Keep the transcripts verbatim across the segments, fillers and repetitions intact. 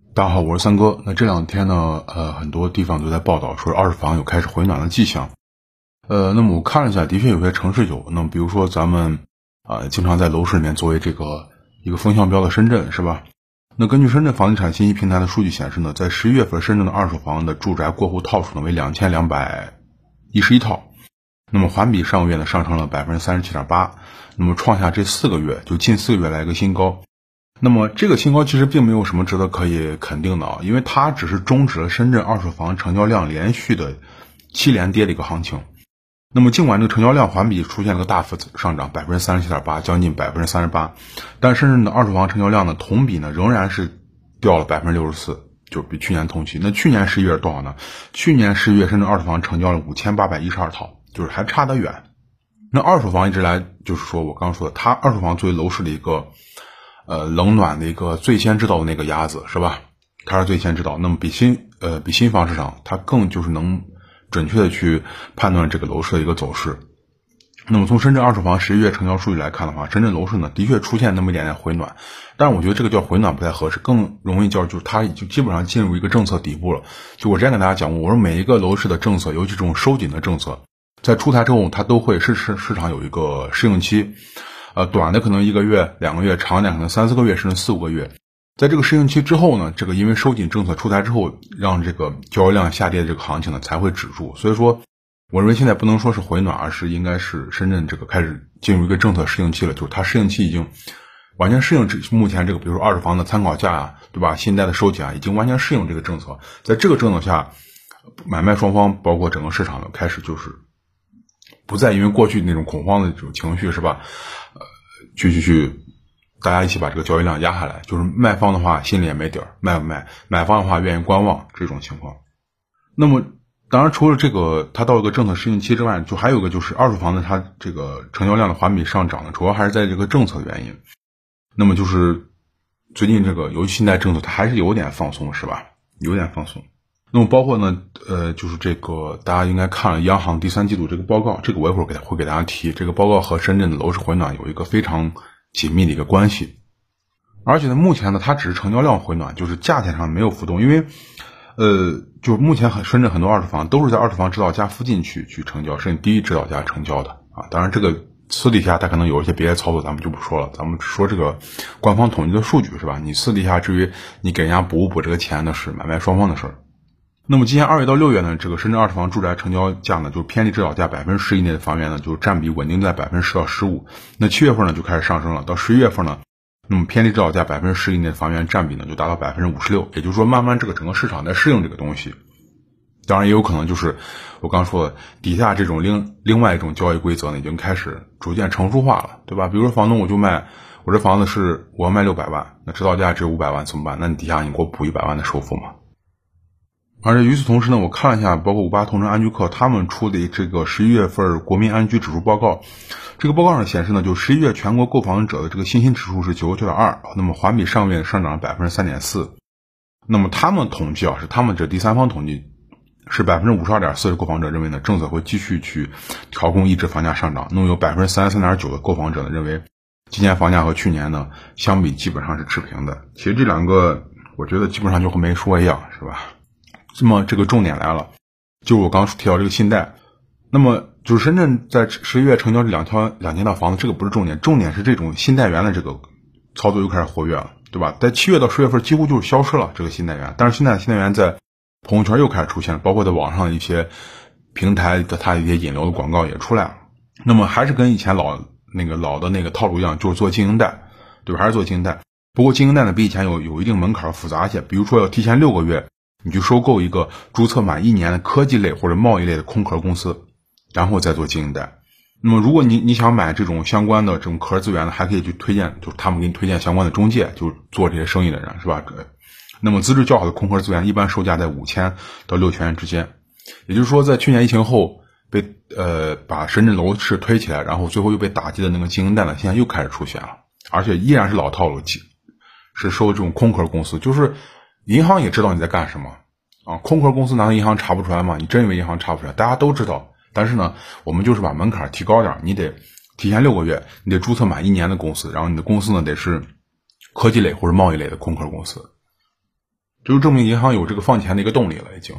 大家好，我是三哥。那这两天呢，呃，很多地方都在报道说二手房有开始回暖的迹象。呃，那么我看了一下，的确有些城市有。那么比如说咱们啊、呃，经常在楼市里面作为这个一个风向标的深圳，是吧？那根据深圳房地产信息平台的数据显示呢，在十一月份，深圳的二手房的住宅过户套数呢为两千两百一十一套，那么环比上个月呢上升了百分之三十七点八，那么创下这四个月就近四个月来一个新高。那么这个新高其实并没有什么值得可以肯定的啊，因为它只是终止了深圳二手房成交量连续的七连跌的一个行情。那么尽管这个成交量环比出现了个大幅上涨，百分之三十七点八，将近百分之三十八，但深圳的二手房成交量呢，同比呢仍然是掉了百分之六十四，就比去年同期。那去年十一月多少呢？去年十一月深圳二手房成交了五千八百一十二套，就是还差得远。那二手房一直来就是说我刚刚说的，它二手房作为楼市的一个呃，冷暖的一个最先知道的那个鸭子，是吧？它是最先知道，那么比新呃比新房市场，它更就是能准确的去判断这个楼市的一个走势。那么从深圳二手房十一月成交数据来看的话，深圳楼市呢的确出现那么一点点回暖，但是我觉得这个叫回暖不太合适，更容易叫就是它已经基本上进入一个政策底部了。就我之前跟大家讲过，我说每一个楼市的政策，尤其这种收紧的政策，在出台之后，它都会市市市场有一个适应期。呃，短的可能一个月、两个月，长点可能三四个月，甚至四五个月。在这个适应期之后呢，这个因为收紧政策出台之后，让这个交易量下跌的这个行情呢才会止住。所以说，我认为现在不能说是回暖，而是应该是深圳这个开始进入一个政策适应期了，就是它适应期已经完全适应目前这个，比如说二手房的参考价啊，对吧？信贷的收紧啊，已经完全适应这个政策。在这个政策下，买卖双方包括整个市场呢，开始就是不再因为过去那种恐慌的这种情绪，是吧？呃，去去去，大家一起把这个交易量压下来，就是卖方的话心里也没底儿，卖不卖；买方的话愿意观望这种情况。那么，当然除了这个，它到一个政策适应期之外，就还有一个就是二手房的它这个成交量的环比上涨呢，主要还是在这个政策的原因。那么就是最近这个由于信贷政策它还是有点放松，是吧？有点放松。那么包括呢，呃，就是这个大家应该看了央行第三季度这个报告，这个我一会儿给会给大家提，这个报告和深圳的楼市回暖有一个非常紧密的一个关系。而且呢，目前呢，它只是成交量回暖，就是价钱上没有浮动，因为，呃，就目前很深圳很多二手房都是在二手房指导价附近去去成交，甚至低于指导价成交的啊。当然，这个私底下它可能有一些别的操作，咱们就不说了，咱们只说这个官方统计的数据，是吧？你私底下至于你给人家补不补这个钱呢，是买卖双方的事儿。那么今年二月到六月呢，这个深圳二手房住宅成交价呢，就偏离指导价百分之十以内的房源呢，就占比稳定在百分之十到十五。那七月份呢就开始上升了，到十一月份呢，那么偏离指导价百分之十以内的房源占比呢，就达到百分之五十六。也就是说，慢慢这个整个市场在适应这个东西。当然也有可能就是我刚说的，底下这种另另外一种交易规则呢，已经开始逐渐成熟化了，对吧？比如说房东我就卖，我这房子是我要卖六百万，那指导价只有五百万怎么办？那你底下你给我补一百万的首付嘛。而且与此同时呢，我看了一下，包括五八同城安居客他们出的这个十一月份国民安居指数报告，这个报告上显示呢，就十一月全国购房者的这个信心指数是九十九点二，那么环比上个月上涨了百分之三点四。那么他们统计啊，是他们这第三方统计，是百分之五十二点四的购房者认为呢，政策会继续去调控抑制房价上涨。那么有百分之三十三点九的购房者呢认为，今年房价和去年呢相比基本上是持平的。其实这两个，我觉得基本上就和没说一样，是吧？那么这个重点来了，就是我刚刚提到这个信贷，那么就是深圳在十一月成交这两套两千套房子，这个不是重点，重点是这种信贷员的这个操作又开始活跃了，对吧？在七月到十月份几乎就是消失了这个信贷员，但是现在信贷员在朋友圈又开始出现了，包括在网上一些平台的它一些引流的广告也出来了。那么还是跟以前老那个老的那个套路一样，就是做经营贷，对吧？还是做经营贷，不过经营贷呢比以前有有一定门槛复杂一些，比如说要提前六个月。你去收购一个注册满一年的科技类或者贸易类的空壳公司，然后再做经营贷。那么如果你你想买这种相关的这种壳资源呢，还可以去推荐，就是他们给你推荐相关的中介，就是做这些生意的人，是吧？那么资质较好的空壳资源一般售价在五千到六千元之间。也就是说，在去年疫情后被呃把深圳楼市推起来，然后最后又被打击的那个经营贷呢，现在又开始出现了，而且依然是老套路，是收这种空壳公司，就是银行也知道你在干什么啊！空壳公司难道银行查不出来吗？你真以为银行查不出来？大家都知道，但是呢，我们就是把门槛提高点，你得提前六个月，你得注册满一年的公司，然后你的公司呢得是科技类或者贸易类的空壳公司。 这就证明银行有这个放钱的一个动力了已经。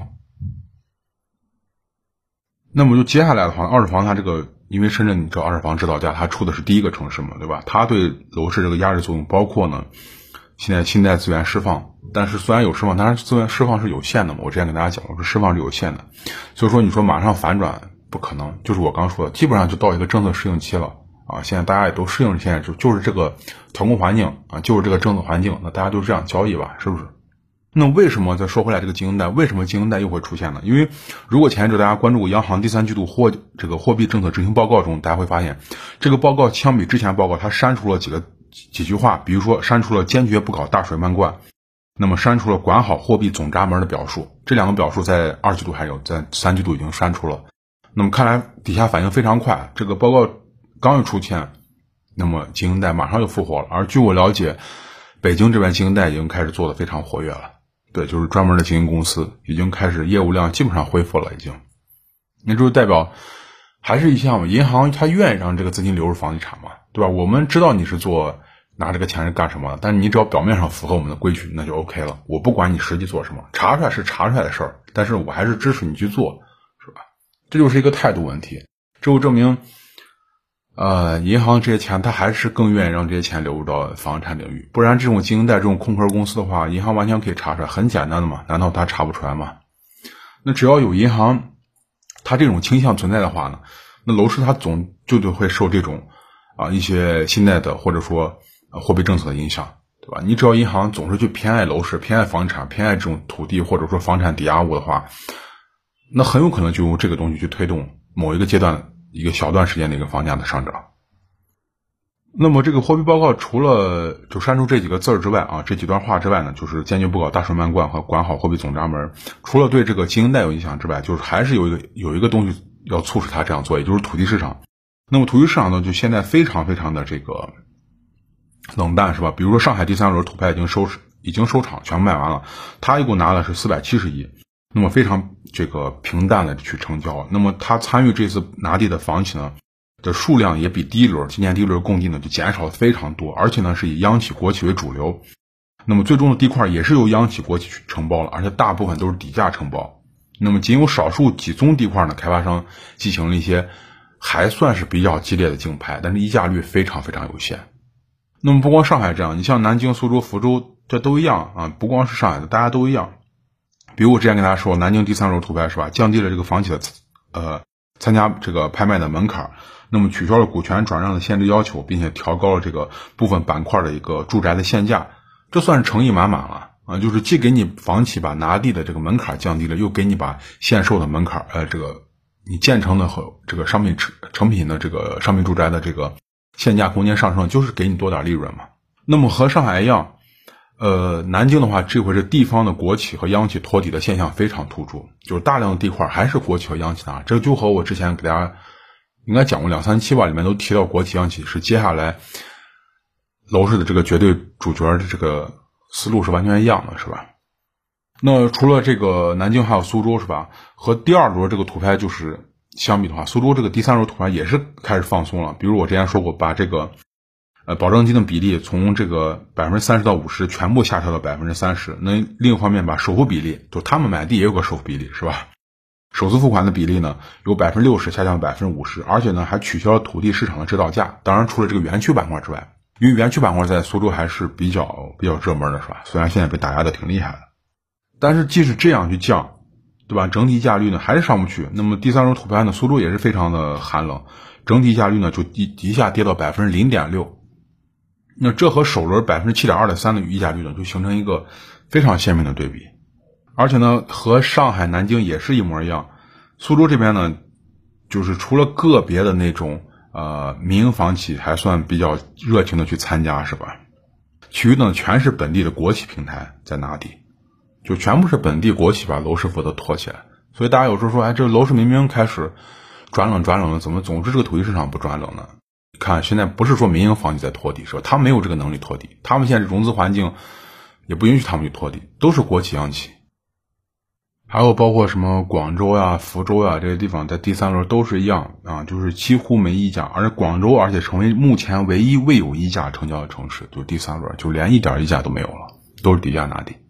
那么就接下来的话，二手房它这个，因为深圳你知道二手房指导价它出的是第一个城市嘛，对吧？它对楼市这个压制作用，包括呢现在信贷资源释放，但是虽然有释放，但是资源释放是有限的嘛。我之前跟大家讲过，是释放是有限的，所以说你说马上反转不可能，就是我刚说的，基本上就到一个政策适应期了啊。现在大家也都适应，现在就就是这个调控环境啊，就是这个政策环境，那大家就这样交易吧，是不是？那为什么再说回来这个经营贷，为什么经营贷又会出现呢？因为如果前一阵大家关注过央行第三季度货这个货币政策执行报告中，大家会发现这个报告相比之前报告，它删除了几个几句话，比如说删除了坚决不搞大水漫灌，那么删除了管好货币总闸门的表述，这两个表述在二季度还有，在三季度已经删除了。那么看来底下反应非常快，这个报告刚一出现，那么经营贷马上就复活了。而据我了解，北京这边经营贷已经开始做得非常活跃了。对，就是专门的经营公司已经开始业务量基本上恢复了，已经。那就是代表还是一项嘛，银行它愿意让这个资金流入房地产嘛，对吧？我们知道你是做拿这个钱是干什么的，但是你只要表面上符合我们的规矩，那就 OK 了。我不管你实际做什么，查出来是查出来的事儿，但是我还是支持你去做，是吧？这就是一个态度问题。这就证明呃，银行这些钱，他还是更愿意让这些钱流入到房产领域，不然这种经营贷这种空壳公司的话，银行完全可以查出来，很简单的嘛，难道他查不出来吗？那只要有银行它这种倾向存在的话呢，那楼市它总就就会受这种啊一些信贷的或者说、啊、货币政策的影响，对吧？你只要银行总是去偏爱楼市、偏爱房产、偏爱这种土地或者说房产抵押物的话，那很有可能就用这个东西去推动某一个阶段一个小段时间的一个房价的上涨。那么这个货币报告除了就删除这几个字儿之外啊，这几段话之外呢，就是坚决不搞大水漫灌和管好货币总闸门，除了对这个经营贷有影响之外，就是还是有一个有一个东西要促使他这样做，也就是土地市场。那么土地市场呢，就现在非常非常的这个冷淡，是吧？比如说上海第三轮土拍已经收已经收场，全部卖完了，他一共拿的是四百七十亿，那么非常这个平淡的去成交。那么他参与这次拿地的房企呢的数量也比第一轮今年第一轮供地呢就减少了非常多，而且呢是以央企国企为主流。那么最终的地块也是由央企国企去承包了，而且大部分都是底价承包。那么仅有少数几宗地块呢，开发商进行了一些还算是比较激烈的竞拍，但是溢价率非常非常有限。那么不光上海这样，你像南京、苏州、福州这都一样啊，不光是上海的，大家都一样。比如我之前跟大家说，南京第三轮土拍是吧，降低了这个房企的呃参加这个拍卖的门槛，那么取消了股权转让的限制要求，并且调高了这个部分板块的一个住宅的限价，这算是诚意满满了啊！就是既给你房企把拿地的这个门槛降低了，又给你把限售的门槛呃这个你建成的和这个商品成品的这个商品住宅的这个限价空间上升，就是给你多点利润嘛。那么和上海一样，呃，南京的话，这回是地方的国企和央企托底的现象非常突出，就是大量的地块还是国企和央企拿，这就和我之前给大家应该讲过两三期吧，里面都提到国企央企是接下来楼市的这个绝对主角的这个思路是完全一样的，是吧？那除了这个南京还有苏州，是吧？和第二轮这个土拍就是相比的话，苏州这个第三轮土拍也是开始放松了。比如我之前说过，把这个呃保证金的比例从这个百分之三十到五十全部下调到百分之三十。那另一方面把首付比例，就他们买地也有个首付比例，是吧？首次付款的比例呢，由百分之六十下降到百分之五十，而且呢还取消了土地市场的指导价。当然除了这个园区板块之外，因为园区板块在苏州还是比较比较热门的，是吧？虽然现在被打压的挺厉害的，但是即使这样去降，对吧？整体溢价率呢还是上不去。那么第三轮土拍呢，苏州也是非常的寒冷，整体溢价率呢就一一下跌到百分之零点六。那这和首轮百分之七点二的三的溢价率呢，就形成一个非常鲜明的对比。而且呢，和上海、南京也是一模一样。苏州这边呢，就是除了个别的那种呃民营房企还算比较热情的去参加，是吧？其余呢全是本地的国企平台在拿地，就全部是本地国企把楼市负责托起来。所以大家有时候说，哎，这楼市明明开始转冷转冷了，怎么总是这个土地市场不转冷呢？看现在不是说民营房企在托底，是吧？他们没有这个能力托底，他们现在融资环境也不允许他们去托底，都是国企央企。还有包括什么广州呀、福州呀这些地方，在第三轮都是一样啊，就是几乎没溢价，而且广州而且成为目前唯一未有溢价成交的城市，就是第三轮就连一点溢价都没有了，都是底价拿地。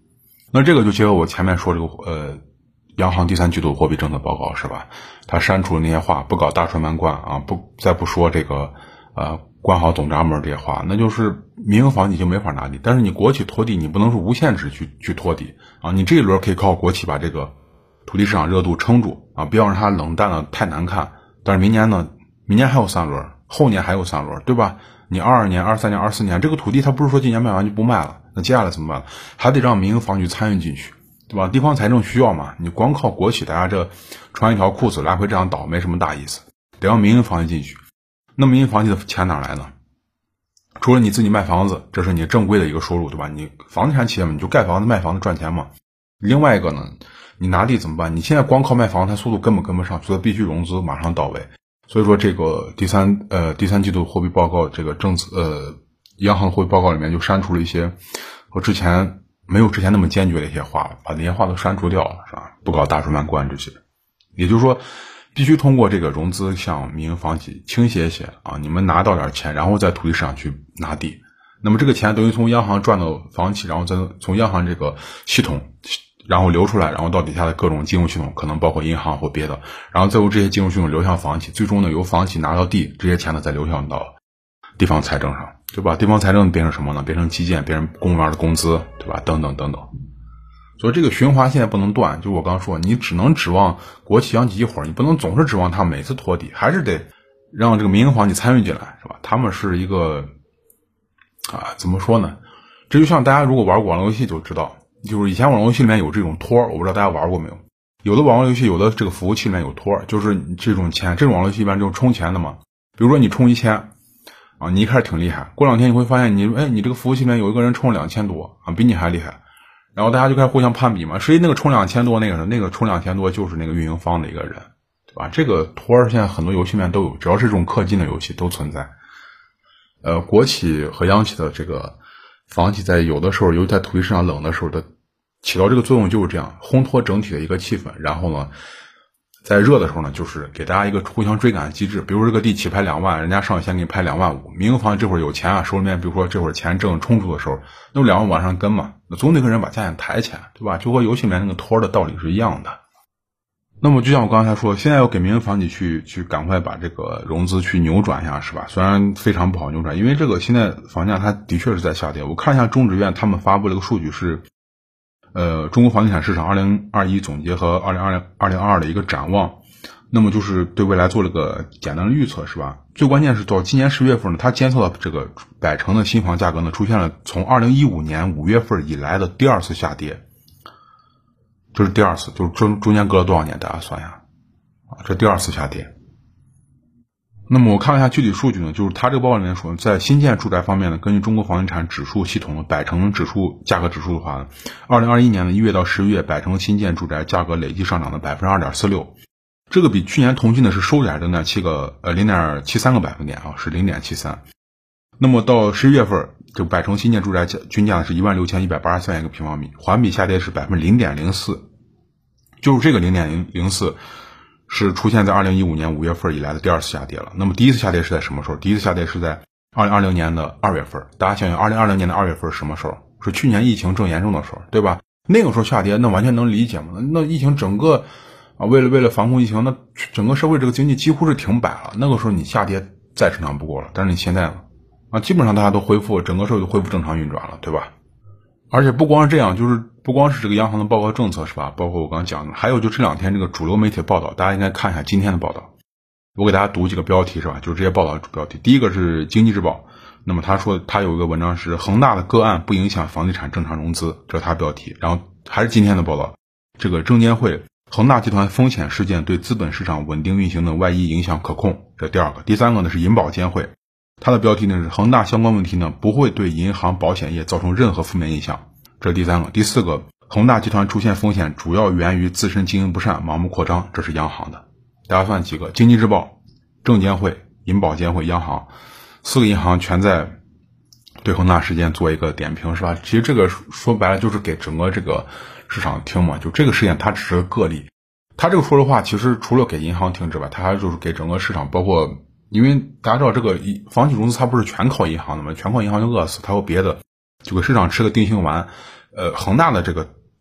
那这个就结合我前面说这个呃，央行第三季度货币政策报告是吧？他删除了那些话，不搞大船慢灌啊，不再不说这个呃关好总闸门这些话，那就是民营房企就没法拿地。但是你国企拖地，你不能是无限制去去拖地啊，你这一轮可以靠国企把这个土地市场热度撑住啊，不要让它冷淡的太难看。但是明年呢，明年还有三轮，后年还有三轮，对吧？你二二年、二三年、二四年这个土地，它不是说今年卖完就不卖了，那接下来怎么办？还得让民营房去参与进去，对吧？地方财政需要嘛，你光靠国企，大家这穿一条裤子来回这样倒，没什么大意思，得让民营房企进去。那民营房企的钱哪来呢？除了你自己卖房子，这是你正规的一个收入，对吧？你房地产企业嘛，你就盖房子卖房子赚钱嘛。另外一个呢，你拿地怎么办？你现在光靠卖房子，它速度根本跟不上，所以必须融资马上到位。所以说这个第三呃第三季度货币报告这个政策呃央行货币报告里面就删除了一些和之前没有之前那么坚决的一些话了，把那些话都删除掉了，是吧？不搞大水漫灌这些，也就是说必须通过这个融资向民营房企倾斜一些啊，你们拿到点钱，然后在土地市场去拿地。那么这个钱等于从央行赚到房企，然后再从央行这个系统然后流出来，然后到底下的各种金融系统，可能包括银行或别的，然后再由这些金融系统流向房企，最终呢由房企拿到地，这些钱呢再流向到地方财政上，对吧？地方财政变成什么呢？变成基建，变成公务员的工资，对吧？等等等等。所以这个循环现在不能断，就我刚说，你只能指望国企央企一伙儿，你不能总是指望他每次拖地，还是得让这个民营房企参与进来，是吧？他们是一个啊，怎么说呢？这就像大家如果玩过网络游戏就知道。就是以前网络游戏里面有这种托，我不知道大家玩过没有？有的网络游戏，有的这个服务器里面有托，就是这种钱，这种网络游戏一般就是充钱的嘛。比如说你充一千啊，你一开始挺厉害，过两天你会发现你，哎，你这个服务器里面有一个人充两千多啊，比你还厉害，然后大家就开始互相攀比嘛，谁那个充两千多，那个那个充两千多就是那个运营方的一个人，对吧？这个托现在很多游戏里面都有，只要是这种氪金的游戏都存在。呃，国企和央企的这个。房企在有的时候，尤其在土地市场冷的时候的起到这个作用就是这样，烘托整体的一个气氛。然后呢，在热的时候呢，就是给大家一个互相追赶的机制。比如说这个地起拍两万，人家上先给你拍两万五，民营房这会儿有钱啊，手里面比如说这会儿钱正充足的时候，那两万往上跟嘛，那总得有人把价钱抬起来，对吧？就和游戏里面那个托的道理是一样的。那么就像我刚才说，现在要给民营房企去去赶快把这个融资去扭转一下，是吧？虽然非常不好扭转，因为这个现在房价它的确是在下跌。我看一下中指院他们发布了一个数据是，呃，中国房地产市场二零二一总结和二零二零二零二二的一个展望。那么就是对未来做了个简单的预测，是吧？最关键是到今年十月份呢，它监测到这个百城的新房价格呢出现了从二零一五年五月份以来的第二次下跌。这是第二次，就是中中间隔了多少年？大家算一下啊，这第二次下跌。那么我看了一下具体数据呢，就是它这个报告里面说，在新建住宅方面呢，根据中国房地产指数系统的百城指数价格指数的话呢，二零二一年的一月到十月，百城新建住宅价格累计上涨了百分之二点四六，这个比去年同期呢是收窄零点七个呃零点七三个百分点啊，是零点七三。那么到十一月份，这个百城新建住宅均价是一万六千一百八十三元一个平方米，环比下跌是百分之零点零四，就是这个零点零四是出现在二零一五年五月份以来的第二次下跌了。那么第一次下跌是在什么时候？第一次下跌是在二零二零年的二月份。大家想想，二零二零年的二月份是什么时候？是去年疫情正严重的时候，对吧？那个时候下跌，那完全能理解嘛？那疫情整个啊，为了为了防控疫情，那整个社会这个经济几乎是停摆了。那个时候你下跌再正常不过了，但是你现在呢？啊，基本上大家都恢复，整个社会都恢复正常运转了，对吧？而且不光是这样，就是不光是这个央行的报告政策，是吧？包括我刚刚讲的，还有就这两天这个主流媒体的报道，大家应该看一下今天的报道。我给大家读几个标题，是吧？就是这些报道的主标题。第一个是经济日报，那么他说他有一个文章是恒大的个案不影响房地产正常融资，这是他标题。然后还是今天的报道，这个证监会恒大集团风险事件对资本市场稳定运行的外溢影响可控，这第二个。第三个呢是银保监会。它的标题呢是恒大相关问题呢不会对银行保险业造成任何负面影响，这是第三个。第四个，恒大集团出现风险主要源于自身经营不善、盲目扩张，这是央行的。大家算几个？经济日报、证监会、银保监会、央行，四个银行全在对恒大事件做一个点评，是吧？其实这个说白了就是给整个这个市场听嘛，就这个事件它只是个个例。他这个说的话其实除了给银行听之外，他还就是给整个市场，包括因为大家知道这个房企融资它不是全靠银行的嘛，全靠银行就饿死，它有别的就给市场吃个定心丸。呃，恒大的这个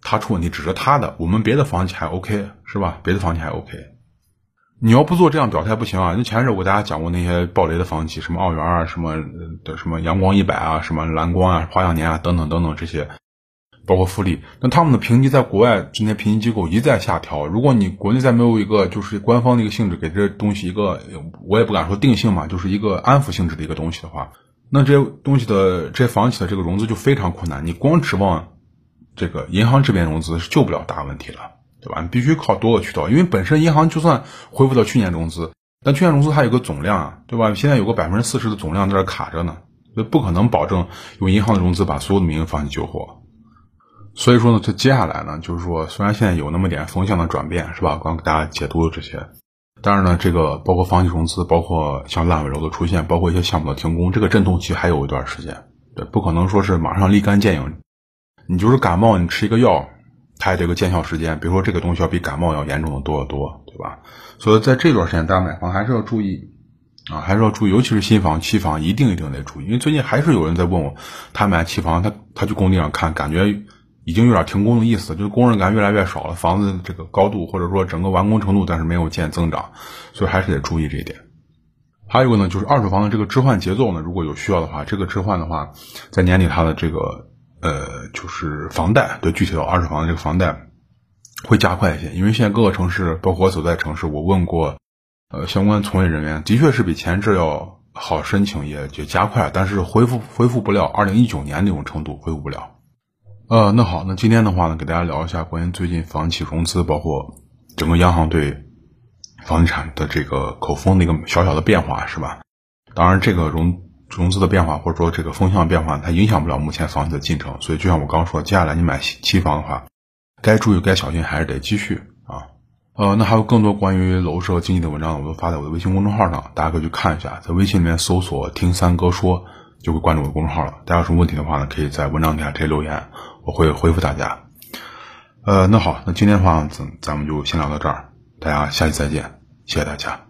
他出问题只是他的，我们别的房企还 OK 是吧？别的房企还 OK。你要不做这样表态不行啊！那前阵我给大家讲过那些暴雷的房企，什么奥园啊，什么的什么阳光一百啊，什么蓝光啊，华阳年啊，等等等等这些，包括富力，那他们的评级在国外这些评级机构一再下调。如果你国内再没有一个就是官方的一个性质，给这东西一个，我也不敢说定性嘛，就是一个安抚性质的一个东西的话，那这些东西的这些房企的这个融资就非常困难。你光指望这个银行这边融资是救不了大问题了。对吧？你必须靠多个渠道，因为本身银行就算恢复到去年融资，但去年融资它有个总量啊，对吧？现在有个百分之四十的总量在这卡着呢，所以不可能保证用银行的融资把所有的民营房企救活。所以说呢，这接下来呢，就是说虽然现在有那么点风向的转变，是吧？刚给大家解读这些，但是呢，这个包括房企融资，包括像烂尾楼的出现，包括一些项目的停工，这个阵痛期还有一段时间，对，不可能说是马上立竿见影。你就是感冒，你吃一个药。它也得有个见效时间，比如说这个东西要比感冒要严重的多得多，对吧？所以在这段时间大家买房还是要注意啊，还是要注意，尤其是新房、期房一定一定得注意，因为最近还是有人在问我，他买期房，他他去工地上看，感觉已经有点停工的意思，就是工人感越来越少了，房子这个高度或者说整个完工程度，但是没有见增长，所以还是得注意这一点。还有一个呢，就是二手房的这个置换节奏呢，如果有需要的话，这个置换的话，在年底它的这个。呃，就是房贷，对，具体到二手房的这个房贷会加快一些，因为现在各个城市，包括我所在城市，我问过，呃，相关从业人员，的确是比前置要好申请，也也加快，但是恢复恢复不了二零一九年那种程度，恢复不了。呃，那好，那今天的话呢，给大家聊一下关于最近房企融资，包括整个央行对房地产的这个口风的一个小小的变化，是吧？当然，这个融。融资的变化或者说这个风向变化，它影响不了目前房企的进程，所以就像我刚刚说，接下来你买期房的话，该注意该小心还是得继续啊。呃，那还有更多关于楼市和经济的文章，我都发在我的微信公众号上，大家可以去看一下，在微信里面搜索听三哥说就会关注我的公众号了。大家有什么问题的话呢，可以在文章底下直接留言，我会回复大家。呃，那好，那今天的话咱咱们就先聊到这儿，大家下期再见，谢谢大家。